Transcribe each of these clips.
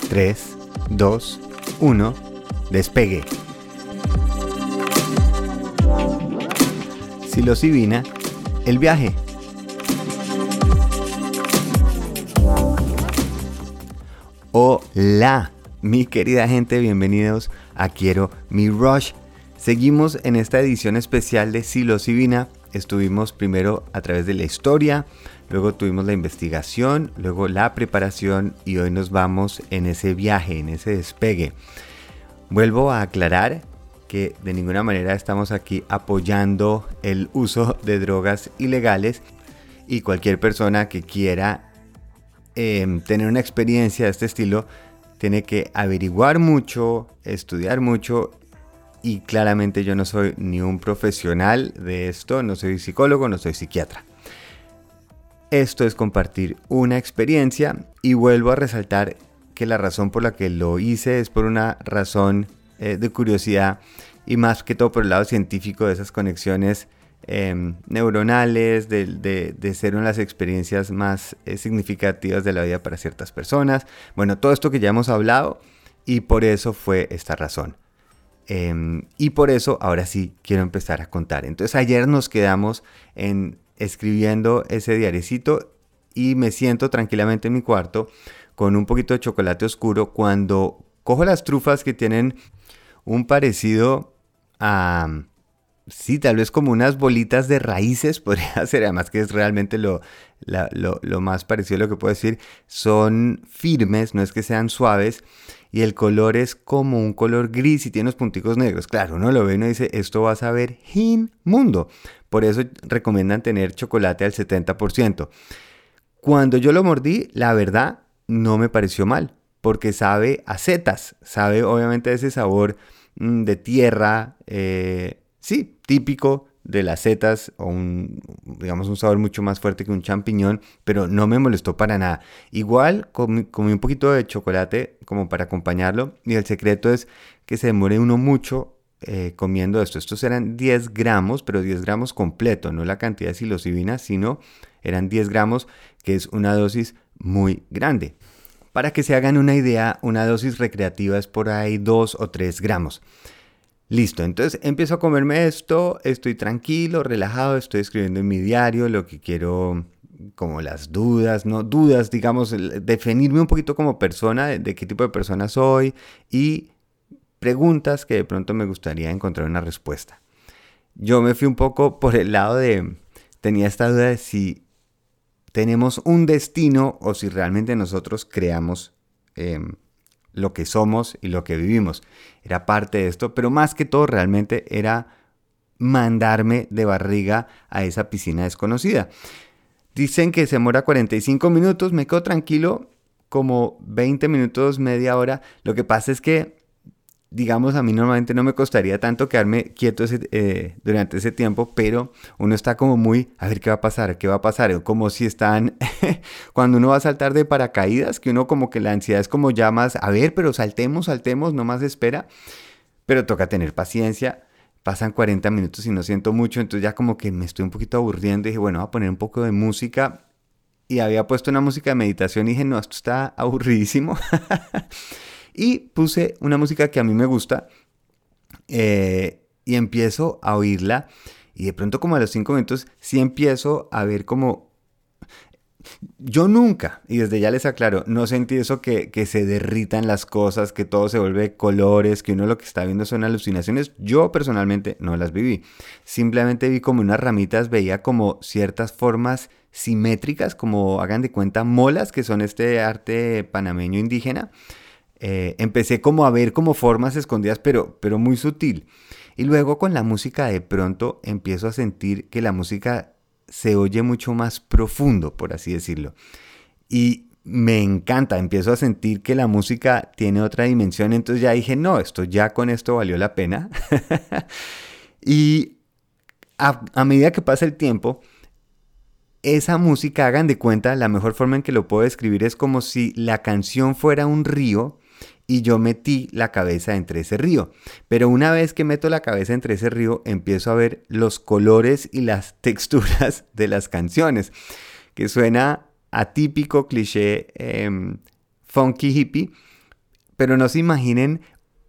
3, 2, 1, despegue. Psilocibina, el viaje. Hola, mi querida gente, bienvenidos a Quiero mi Rush. Seguimos en esta edición especial de Psilocibina. Estuvimos primero a través de la historia, luego tuvimos la investigación, luego la preparación y hoy nos vamos en ese viaje, en ese despegue. Vuelvo a aclarar que de ninguna manera estamos aquí apoyando el uso de drogas ilegales y cualquier persona que quiera tener una experiencia de este estilo tiene que averiguar mucho, estudiar mucho. Y claramente yo no soy ni un profesional de esto, no soy psicólogo, no soy psiquiatra. Esto es compartir una experiencia y vuelvo a resaltar que la razón por la que lo hice es por una razón de curiosidad y más que todo por el lado científico de esas conexiones neuronales, de ser una de las experiencias más significativas de la vida para ciertas personas. Bueno, todo esto que ya hemos hablado y por eso fue esta razón. Y por eso ahora sí quiero empezar a contar. Entonces ayer nos quedamos escribiendo ese diariecito y me siento tranquilamente en mi cuarto con un poquito de chocolate oscuro cuando cojo las trufas que tienen un parecido a, sí, tal vez como unas bolitas de raíces podría ser, además que es realmente lo más parecido a lo que puedo decir. Son firmes, no es que sean suaves. Y el color es como un color gris y tiene unos punticos negros. Claro, uno lo ve y uno dice, esto va a saber inmundo. Por eso recomiendan tener chocolate al 70%. Cuando yo lo mordí, la verdad, no me pareció mal. Porque sabe a setas. Sabe obviamente ese sabor de tierra. Sí, típico de las setas, o un sabor mucho más fuerte que un champiñón, pero no me molestó para nada. Igual comí un poquito de chocolate como para acompañarlo, y el secreto es que se demore uno mucho comiendo esto. Estos eran 10 gramos, pero 10 gramos completo, no la cantidad de psilocibina, sino eran 10 gramos, que es una dosis muy grande. Para que se hagan una idea, una dosis recreativa es por ahí 2 o 3 gramos. Listo, entonces empiezo a comerme esto, estoy tranquilo, relajado, estoy escribiendo en mi diario lo que quiero, como las dudas, no dudas, digamos, definirme un poquito como persona, de qué tipo de persona soy y preguntas que de pronto me gustaría encontrar una respuesta. Yo me fui un poco por el lado tenía esta duda de si tenemos un destino o si realmente nosotros creamos lo que somos y lo que vivimos. Era parte de esto, pero más que todo realmente era mandarme de barriga a esa piscina desconocida. Dicen que se demora 45 minutos, me quedo tranquilo como 20 minutos, media hora. Lo que pasa es que, digamos, a mí normalmente no me costaría tanto quedarme quieto durante ese tiempo, pero uno está como muy, a ver qué va a pasar, como si están, cuando uno va a saltar de paracaídas, que uno como que la ansiedad es como ya más, a ver, pero saltemos, no más espera, pero toca tener paciencia. Pasan 40 minutos y no siento mucho, entonces ya como que me estoy un poquito aburriendo y dije, bueno, voy a poner un poco de música, y había puesto una música de meditación y dije, no, esto está aburridísimo. Y puse una música que a mí me gusta y empiezo a oírla y de pronto como a los 5 minutos sí empiezo a ver como... Yo nunca, y desde ya les aclaro, no sentí eso que se derritan las cosas, que todo se vuelve colores, que uno lo que está viendo son alucinaciones. Yo personalmente no las viví. Simplemente vi como unas ramitas, veía como ciertas formas simétricas, como hagan de cuenta molas, que son este arte panameño indígena. Empecé como a ver como formas escondidas, pero muy sutil. Y luego con la música de pronto empiezo a sentir que la música se oye mucho más profundo, por así decirlo. Y me encanta, empiezo a sentir que la música tiene otra dimensión. Entonces ya dije, no, con esto valió la pena. Y a medida que pasa el tiempo, esa música, hagan de cuenta, la mejor forma en que lo puedo describir es como si la canción fuera un río y yo metí la cabeza entre ese río. Pero una vez que meto la cabeza entre ese río, empiezo a ver los colores y las texturas de las canciones, que suena atípico, cliché, funky hippie, pero no se imaginen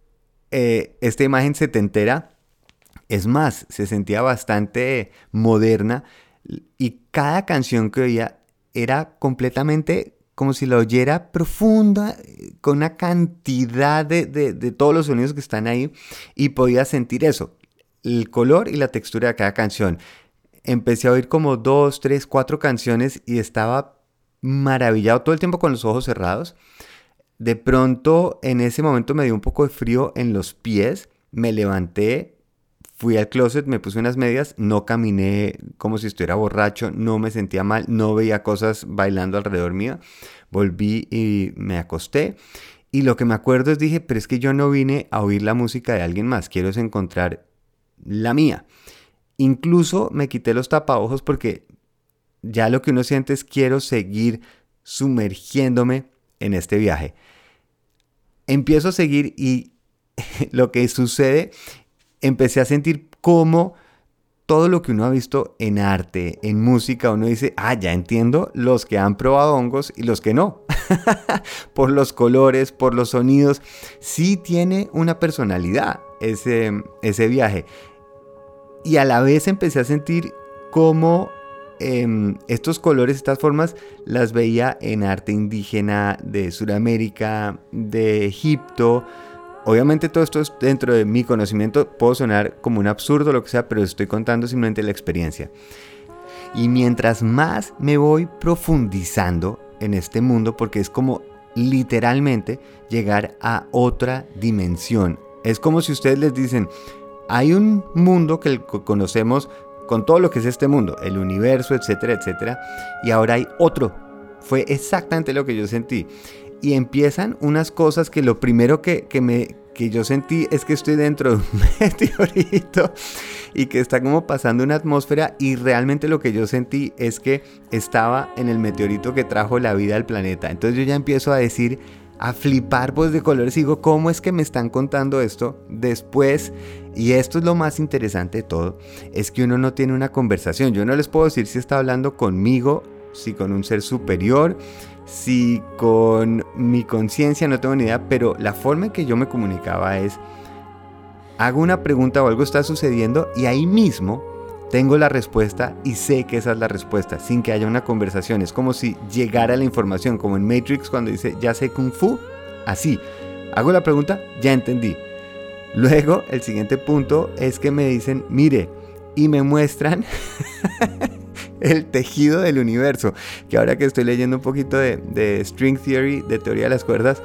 esta imagen setentera. Es más, se sentía bastante moderna y cada canción que oía era completamente como si la oyera profunda, con una cantidad de todos los sonidos que están ahí, y podía sentir eso, el color y la textura de cada canción. Empecé a oír como 2, 3, 4 canciones y estaba maravillado todo el tiempo con los ojos cerrados. De pronto, en ese momento me dio un poco de frío en los pies, me levanté, fui al closet, me puse unas medias, no caminé como si estuviera borracho, no me sentía mal, no veía cosas bailando alrededor mío. Volví y me acosté. Y lo que me acuerdo es dije, pero es que yo no vine a oír la música de alguien más, quiero es encontrar la mía. Incluso me quité los tapaojos porque ya lo que uno siente es quiero seguir sumergiéndome en este viaje. Empiezo a seguir y lo que sucede, empecé a sentir cómo todo lo que uno ha visto en arte, en música, uno dice, ya entiendo los que han probado hongos y los que no. Por los colores, por los sonidos. Sí tiene una personalidad ese viaje. Y a la vez empecé a sentir cómo estos colores, estas formas, las veía en arte indígena de Sudamérica, de Egipto. Obviamente todo esto es dentro de mi conocimiento, puedo sonar como un absurdo, lo que sea, pero estoy contando simplemente la experiencia. Y mientras más me voy profundizando en este mundo, porque es como literalmente llegar a otra dimensión. Es como si ustedes les dicen, hay un mundo que conocemos con todo lo que es este mundo, el universo, etcétera, etcétera, y ahora hay otro. Fue exactamente lo que yo sentí. Y empiezan unas cosas que lo primero que yo sentí es que estoy dentro de un meteorito y que está como pasando una atmósfera, y realmente lo que yo sentí es que estaba en el meteorito que trajo la vida al planeta. Entonces yo ya empiezo a decir, a flipar pues de colores y digo, ¿cómo es que me están contando esto? Después, y esto es lo más interesante de todo, es que uno no tiene una conversación. Yo no les puedo decir si está hablando conmigo, si con un ser superior, si con mi conciencia, no tengo ni idea, pero la forma en que yo me comunicaba es, hago una pregunta o algo está sucediendo y ahí mismo tengo la respuesta y sé que esa es la respuesta, sin que haya una conversación. Es como si llegara la información, como en Matrix cuando dice, ya sé Kung Fu, así, hago la pregunta, ya entendí. Luego, el siguiente punto es que me dicen, mire, y me muestran el tejido del universo, que ahora que estoy leyendo un poquito de String Theory, de teoría de las cuerdas,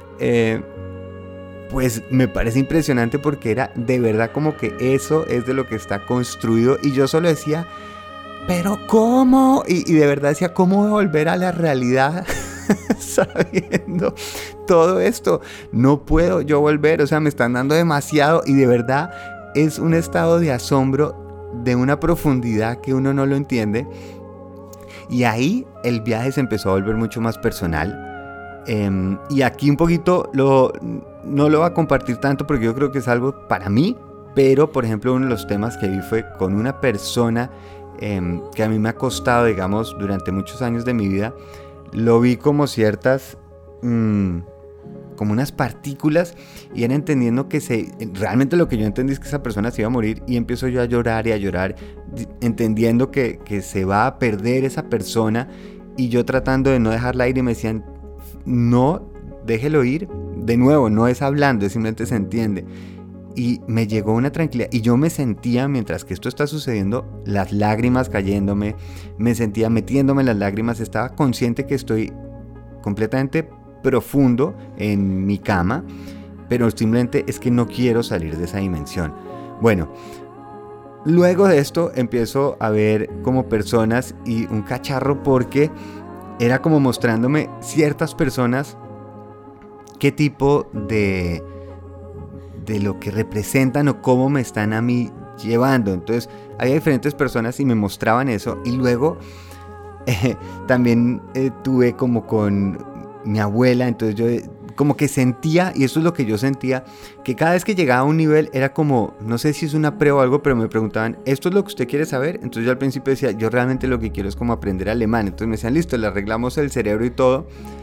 pues me parece impresionante porque era de verdad como que eso es de lo que está construido, y yo solo decía, pero ¿cómo? Y de verdad decía, ¿cómo volver a la realidad sabiendo todo esto? No puedo yo volver, o sea, me están dando demasiado, y de verdad es un estado de asombro de una profundidad que uno no lo entiende. Y ahí el viaje se empezó a volver mucho más personal. Y aquí un poquito no lo voy a compartir tanto porque yo creo que es algo para mí, pero por ejemplo uno de los temas que vi fue con una persona que a mí me ha costado, digamos, durante muchos años de mi vida. Lo vi como ciertas como unas partículas, y era entendiendo que realmente lo que yo entendí es que esa persona se iba a morir, y empiezo yo a llorar y a llorar, entendiendo que se va a perder esa persona, y yo tratando de no dejarla ir, y me decían, no, déjelo ir. De nuevo, no es hablando, es simplemente se entiende. Y me llegó una tranquilidad, y yo me sentía, mientras que esto está sucediendo, las lágrimas cayéndome, me sentía metiéndome en las lágrimas, estaba consciente que estoy completamente profundo en mi cama, pero simplemente es que no quiero salir de esa dimensión. Bueno, luego de esto empiezo a ver como personas y un cacharro, porque era como mostrándome ciertas personas qué tipo de lo que representan o cómo me están a mí llevando. Entonces había diferentes personas y me mostraban eso, y luego también tuve como con mi abuela, entonces yo como que sentía, y eso es lo que yo sentía, que cada vez que llegaba a un nivel era como, no sé si es una prueba o algo, pero me preguntaban, ¿esto es lo que usted quiere saber? Entonces yo al principio decía, yo realmente lo que quiero es como aprender alemán. Entonces me decían, listo, le arreglamos el cerebro y todo,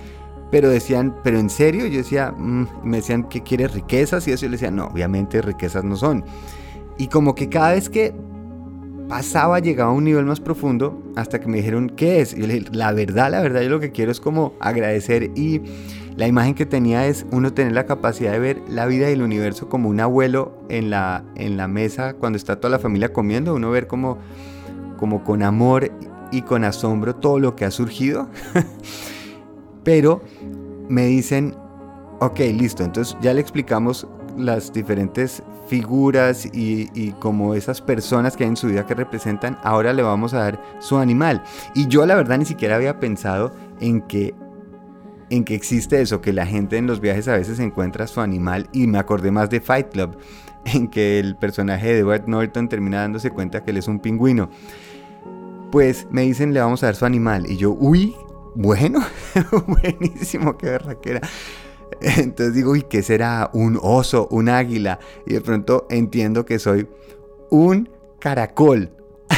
pero decían, ¿pero en serio? Yo decía, me decían, ¿qué quieres, riquezas? Y eso yo les decía, no, obviamente riquezas no son. Y como que cada vez que pasaba, llegaba a un nivel más profundo, hasta que me dijeron, ¿qué es? Y yo le dije, la verdad, yo lo que quiero es como agradecer. Y la imagen que tenía es uno tener la capacidad de ver la vida y el universo como un abuelo en la mesa cuando está toda la familia comiendo, uno ver como con amor y con asombro todo lo que ha surgido. Pero me dicen, ok, listo, entonces ya le explicamos las diferentes figuras y como esas personas que hay en su vida que representan, ahora le vamos a dar su animal. Y yo la verdad ni siquiera había pensado en que existe eso, que la gente en los viajes a veces encuentra su animal, y me acordé más de Fight Club, en que el personaje de Edward Norton termina dándose cuenta que él es un pingüino. Pues me dicen, le vamos a dar su animal, y yo, uy, bueno, buenísimo, qué berraquera. Entonces digo, uy, ¿qué será? ¿Un oso? ¿Un águila? Y de pronto entiendo que soy un caracol.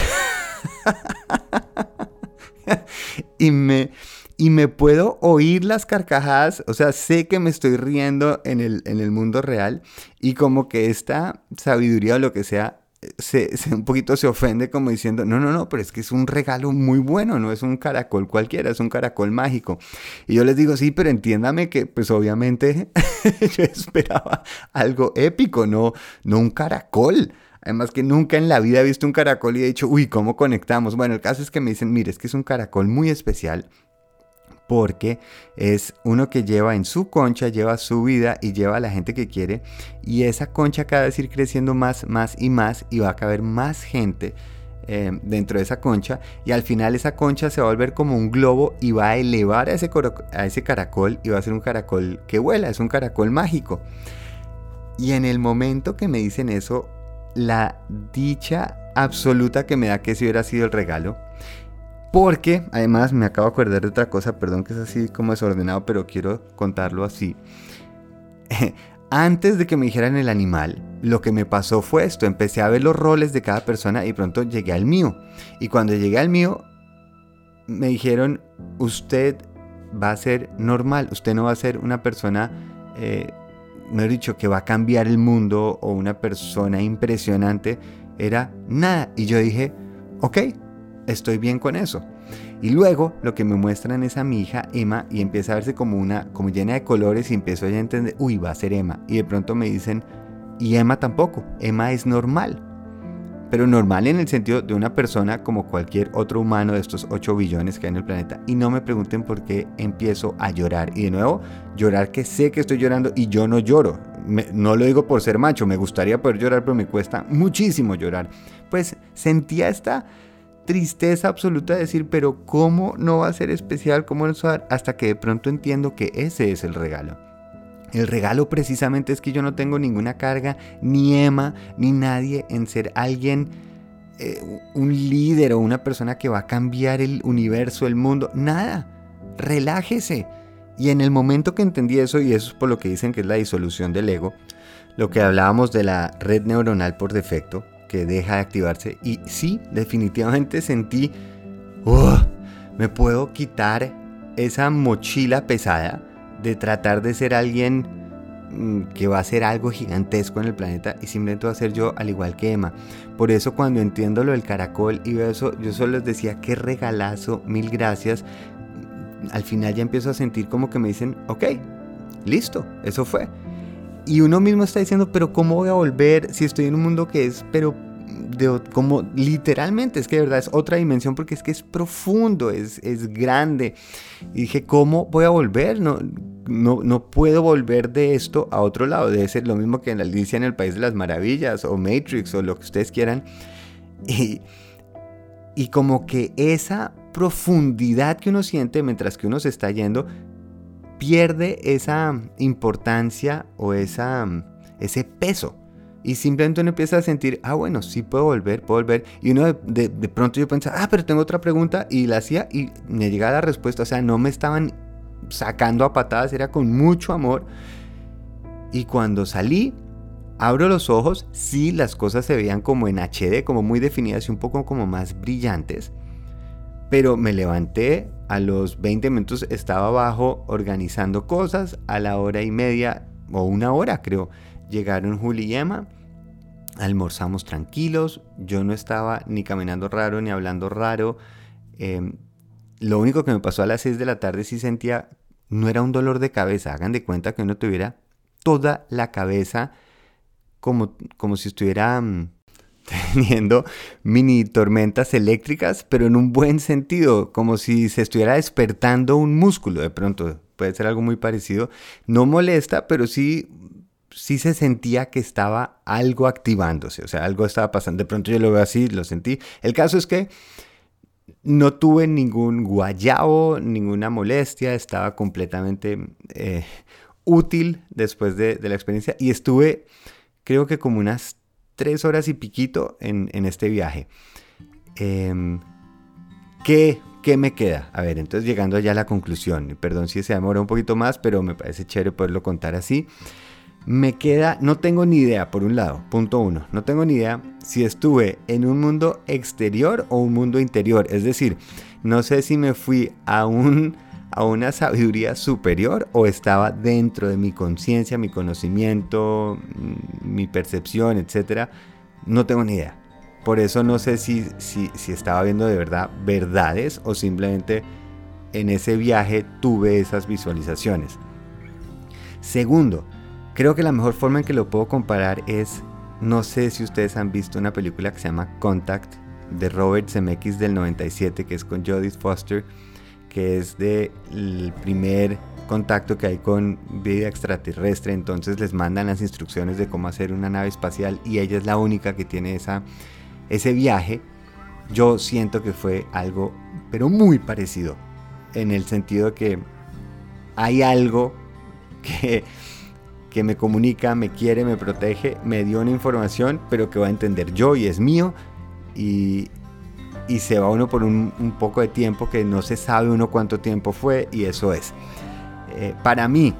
y me puedo oír las carcajadas, o sea, sé que me estoy riendo en el mundo real, y como que esta sabiduría o lo que sea, un poquito se ofende como diciendo, no, pero es que es un regalo muy bueno, no es un caracol cualquiera, es un caracol mágico. Y yo les digo, sí, pero entiéndame que pues obviamente yo esperaba algo épico, no un caracol. Además que nunca en la vida he visto un caracol y he dicho, uy, ¿cómo conectamos? Bueno, el caso es que me dicen, mire, es que es un caracol muy especial, porque es uno que lleva en su concha, lleva su vida y lleva a la gente que quiere, y esa concha cada vez ir creciendo más y más, y va a caber más gente dentro de esa concha, y al final esa concha se va a volver como un globo y va a elevar a ese caracol, y va a ser un caracol que vuela, es un caracol mágico. Y en el momento que me dicen eso, la dicha absoluta que me da que ese hubiera sido el regalo. Porque, además, me acabo de acordar de otra cosa, perdón que es así como desordenado, pero quiero contarlo así. Antes de que me dijeran el animal, lo que me pasó fue esto. Empecé a ver los roles de cada persona y pronto llegué al mío. Y cuando llegué al mío, me dijeron, usted va a ser normal, usted no va a ser una persona, mejor dicho, que va a cambiar el mundo o una persona impresionante. Era nada. Y yo dije, ok, estoy bien con eso. Y luego lo que me muestran es a mi hija Emma, y empieza a verse como llena de colores, y empiezo a entender, uy, va a ser Emma. Y de pronto me dicen, y Emma tampoco, Emma es normal. Pero normal en el sentido de una persona como cualquier otro humano de estos 8 billones que hay en el planeta. Y no me pregunten por qué empiezo a llorar. Y de nuevo, llorar que sé que estoy llorando y yo no lloro. No lo digo por ser macho, me gustaría poder llorar, pero me cuesta muchísimo llorar. Pues sentía esta tristeza absoluta de decir, pero ¿cómo no va a ser especial? ¿Cómo no va a ser? Hasta que de pronto entiendo que ese es el regalo. El regalo precisamente es que yo no tengo ninguna carga, ni Emma, ni nadie, en ser alguien, un líder o una persona que va a cambiar el universo, el mundo. Nada, relájese. Y en el momento que entendí eso, y eso es por lo que dicen que es la disolución del ego, lo que hablábamos de la red neuronal por defecto, que deja de activarse, y sí, definitivamente sentí, me puedo quitar esa mochila pesada de tratar de ser alguien que va a hacer algo gigantesco en el planeta, y simplemente va a ser yo al igual que Emma. Por eso cuando entiendo lo del caracol y veo eso, yo solo les decía, qué regalazo, mil gracias. Al final ya empiezo a sentir como que me dicen, ok, listo, eso fue. Y uno mismo está diciendo, pero ¿cómo voy a volver si estoy en un mundo que es, pero como literalmente, es que de verdad es otra dimensión, porque es que es profundo, es grande. Y dije, ¿cómo voy a volver? No puedo volver de esto a otro lado. Debe ser lo mismo que en Alicia en el País de las Maravillas, o Matrix, o lo que ustedes quieran. Y como que esa profundidad que uno siente mientras que uno se está yendo, pierde esa importancia o ese peso, y simplemente uno empieza a sentir, bueno, sí puedo volver, y uno de pronto yo pensaba, pero tengo otra pregunta, y la hacía y me llegaba la respuesta. O sea, no me estaban sacando a patadas, era con mucho amor. Y cuando salí, abro los ojos, sí, las cosas se veían como en HD, como muy definidas y un poco como más brillantes, pero me levanté, a los 20 minutos estaba abajo organizando cosas, a la hora y media o una hora creo, llegaron Juli y Emma, almorzamos tranquilos, yo no estaba ni caminando raro ni hablando raro, lo único que me pasó a las 6 de la tarde sí sentía, no era un dolor de cabeza, hagan de cuenta que uno tuviera toda la cabeza como si estuviera teniendo mini tormentas eléctricas, pero en un buen sentido, como si se estuviera despertando un músculo. De pronto puede ser algo muy parecido, no molesta, pero sí se sentía que estaba algo activándose, o sea, algo estaba pasando. De pronto yo lo veo así, lo sentí. El caso es que no tuve ningún guayabo, ninguna molestia, estaba completamente útil después de la experiencia, y estuve, creo que como unas 3 horas y piquito en este viaje. ¿Qué me queda? A ver, entonces llegando ya a la conclusión, perdón si se demora un poquito más, pero me parece chévere poderlo contar así. Me queda, no tengo ni idea, por un lado, punto 1, no tengo ni idea si estuve en un mundo exterior o un mundo interior, es decir, no sé si me fui a una sabiduría superior o estaba dentro de mi conciencia, mi conocimiento, mi percepción, etc. No tengo ni idea. Por eso no sé si estaba viendo de verdad verdades o simplemente en ese viaje tuve esas visualizaciones. Segundo, creo que la mejor forma en que lo puedo comparar es, no sé si ustedes han visto una película que se llama Contact de Robert Zemeckis del 97, que es con Jodie Foster, que es del primer contacto que hay con vida extraterrestre. Entonces les mandan las instrucciones de cómo hacer una nave espacial y ella es la única que tiene ese viaje. Yo siento que fue algo, pero muy parecido, en el sentido que hay algo que me comunica, me quiere, me protege, me dio una información, pero que va a entender yo y es mío, y se va uno por un poco de tiempo que no se sabe uno cuánto tiempo fue, y eso es. Para mí,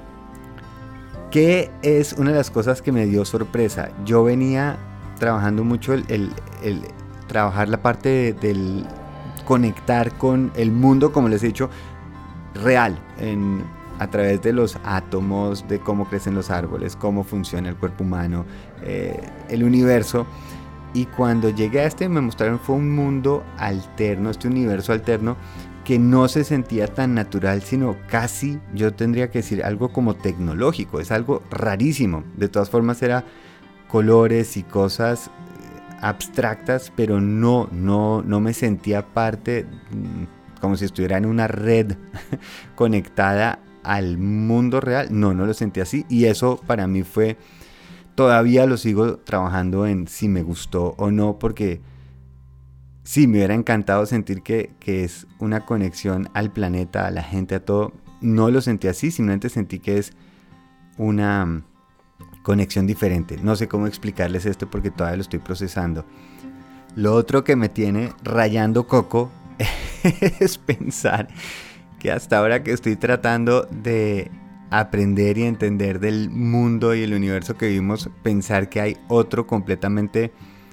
¿qué es una de las cosas que me dio sorpresa? Yo venía trabajando mucho el trabajar la parte del conectar con el mundo, como les he dicho, real, a través de los átomos, de cómo crecen los árboles, cómo funciona el cuerpo humano, el universo. Y cuando llegué a me mostraron fue un mundo alterno, este universo alterno que no se sentía tan natural, sino casi, yo tendría que decir, algo como tecnológico. Es algo rarísimo. De todas formas era colores y cosas abstractas, pero no me sentía parte, como si estuviera en una red conectada al mundo real. No lo sentí así, y eso para mí fue, todavía lo sigo trabajando en si me gustó o no, porque sí, me hubiera encantado sentir que es una conexión al planeta, a la gente, a todo. No lo sentí así, simplemente sentí que es una conexión diferente. No sé cómo explicarles esto porque todavía lo estoy procesando. Lo otro que me tiene rayando coco es pensar que hasta ahora que estoy tratando de aprender y entender del mundo y el universo que vivimos, pensar que hay otro completamente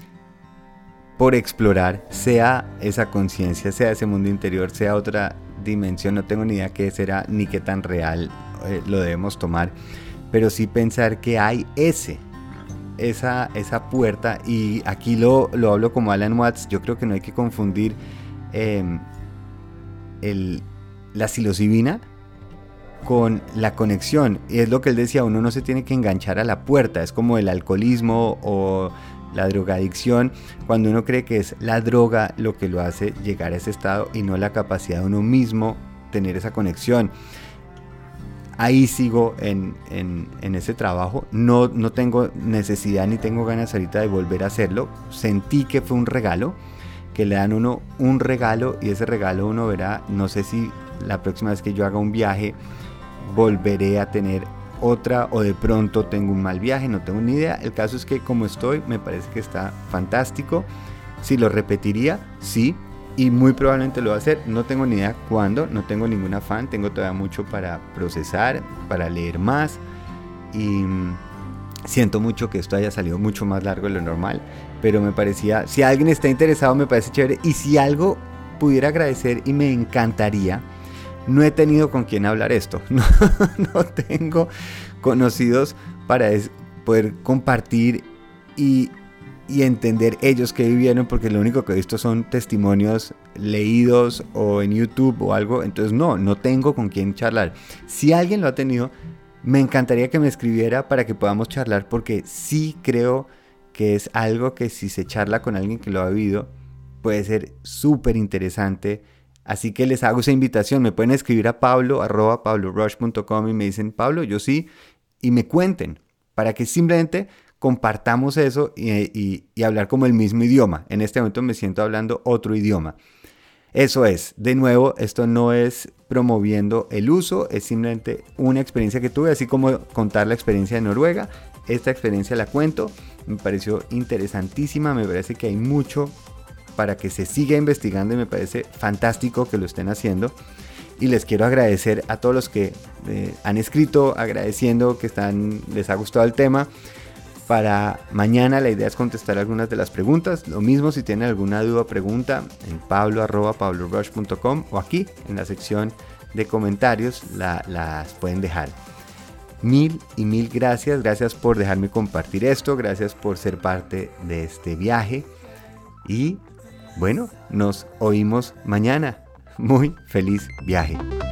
por explorar, sea esa conciencia, sea ese mundo interior, sea otra dimensión, no tengo ni idea qué será ni qué tan real lo debemos tomar, pero sí pensar que hay esa puerta. Y aquí lo hablo como Alan Watts. Yo creo que no hay que confundir la psilocibina con la conexión, y es lo que él decía, uno no se tiene que enganchar a la puerta. Es como el alcoholismo o la drogadicción, cuando uno cree que es la droga lo que lo hace llegar a ese estado y no la capacidad de uno mismo tener esa conexión. Ahí sigo en ese trabajo. No tengo necesidad ni tengo ganas ahorita de volver a hacerlo. Sentí que fue un regalo, que le dan uno un regalo, y ese regalo uno verá. No sé si la próxima vez que yo haga un viaje volveré a tener otra, o de pronto tengo un mal viaje, no tengo ni idea. El caso es que como estoy, me parece que está fantástico. Si lo repetiría, sí, y muy probablemente lo va a hacer. No tengo ni idea cuándo, no tengo ningún afán, tengo todavía mucho para procesar, para leer más, y siento mucho que esto haya salido mucho más largo de lo normal, pero me parecía, si alguien está interesado, me parece chévere. Y si algo pudiera agradecer y me encantaría. No he tenido con quién hablar esto. No tengo conocidos para poder compartir y entender ellos qué vivieron, porque lo único que he visto son testimonios leídos o en YouTube o algo. Entonces no tengo con quién charlar. Si alguien lo ha tenido, me encantaría que me escribiera para que podamos charlar, porque sí creo que es algo que si se charla con alguien que lo ha vivido puede ser súper interesante. Así que les hago esa invitación. Me pueden escribir a pablo@pablorush.com y me dicen: Pablo, yo sí, y me cuenten, para que simplemente compartamos eso y hablar como el mismo idioma. En este momento me siento hablando otro idioma. Eso es, de nuevo, esto no es promoviendo el uso, es simplemente una experiencia que tuve, así como contar la experiencia de Noruega. Esta experiencia la cuento, me pareció interesantísima, me parece que hay mucho para que se siga investigando y me parece fantástico que lo estén haciendo. Y les quiero agradecer a todos los que han escrito agradeciendo que les ha gustado el tema. Para mañana la idea es contestar algunas de las preguntas. Lo mismo si tienen alguna duda o pregunta en pablo@pablorush.com o aquí en la sección de comentarios las pueden dejar. Mil gracias. Gracias por dejarme compartir esto. Gracias por ser parte de este viaje. Y bueno, nos oímos mañana. Muy feliz viaje.